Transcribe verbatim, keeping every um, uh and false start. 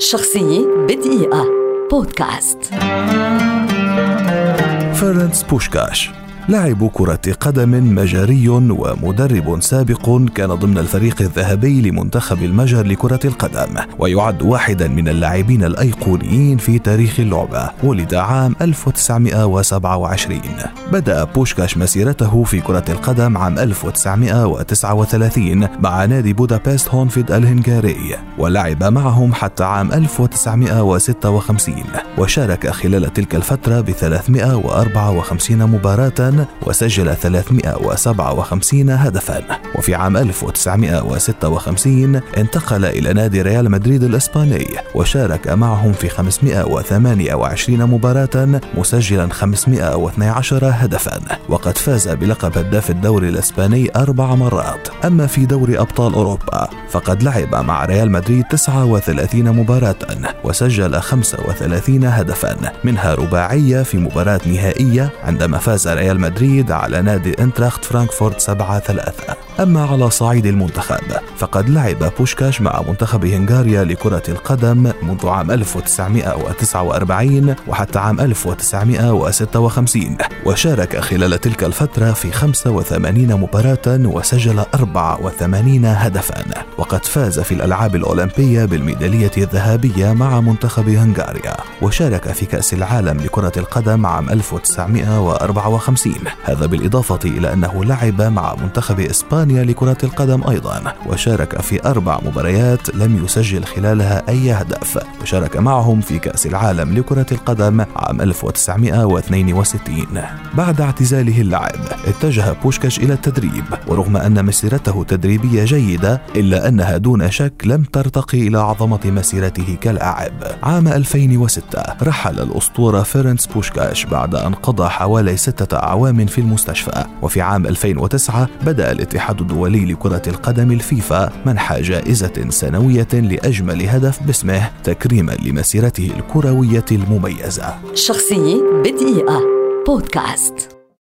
شخصية بدقيقة بودكاست. فيرنس بوشكاش لاعب كرة قدم مجري ومدرب سابق، كان ضمن الفريق الذهبي لمنتخب المجر لكرة القدم، ويعد واحدا من اللاعبين الأيقونيين في تاريخ اللعبة. ولد عام ألف وتسعمائة وسبعة وعشرين. بدأ بوشكاش مسيرته في كرة القدم عام ألف وتسعمائة وتسعة وثلاثين مع نادي بودابست هونفيد الهنغاري، ولعب معهم حتى عام ألف وتسعمائة وستة وخمسين، وشارك خلال تلك الفترة ب ثلاثمائة وأربعة وخمسين مباراة وسجل ثلاثمائة وسبعة وخمسين هدفا. وفي عام ألف وتسعمائة وستة وخمسين انتقل إلى نادي ريال مدريد الإسباني، وشارك معهم في خمسمائة وثمانية وعشرين مباراة مسجلا خمسمائة واثني عشر هدفا، وقد فاز بلقب هداف الدوري الإسباني أربع مرات. أما في دوري أبطال أوروبا فقد لعب مع ريال مدريد تسعة وثلاثين مباراة وسجل خمسة وثلاثين هدفا، منها رباعية في مباراة نهائية عندما فاز ريال مدريد على نادي انتراخت فرانكفورت سبعة ثلاثة. أما على صعيد المنتخب فقد لعب بوشكاش مع منتخب هنغاريا لكرة القدم منذ عام ألف وتسعمائة وتسعة وأربعين وحتى عام ألف وتسعمائة وستة وخمسين، وشارك خلال تلك الفترة في خمسة وثمانين مباراة وسجل أربعة وثمانين هدفا، وقد فاز في الألعاب الأولمبية بالميدالية الذهبية مع منتخب هنغاريا، وشارك في كأس العالم لكرة القدم عام ألف وتسعمائة وأربعة وخمسين. هذا بالإضافة إلى أنه لعب مع منتخب إسبانيا لكرة القدم أيضا، وشارك في أربع مباريات لم يسجل خلالها أي هدف، وشارك معهم في كأس العالم لكرة القدم عام ألف وتسعمائة واثنين وستين. بعد اعتزاله اللعب اتجه بوشكاش إلى التدريب، ورغم أن مسيرته تدريبية جيدة إلا أنها دون شك لم ترتقي إلى عظمة مسيرته كلاعب. عام ألفين وستة رحل الأسطورة فيرنس بوشكاش بعد أن قضى حوالي ستة أعوام في المستشفى. وفي عام ألفين وتسعة بدأ الاتحاد الدولي لكرة القدم الفيفا منح جائزة سنوية لأجمل هدف باسمه تكريما لمسيرته الكروية المميزة. شخصية بدقيقة بودكاست.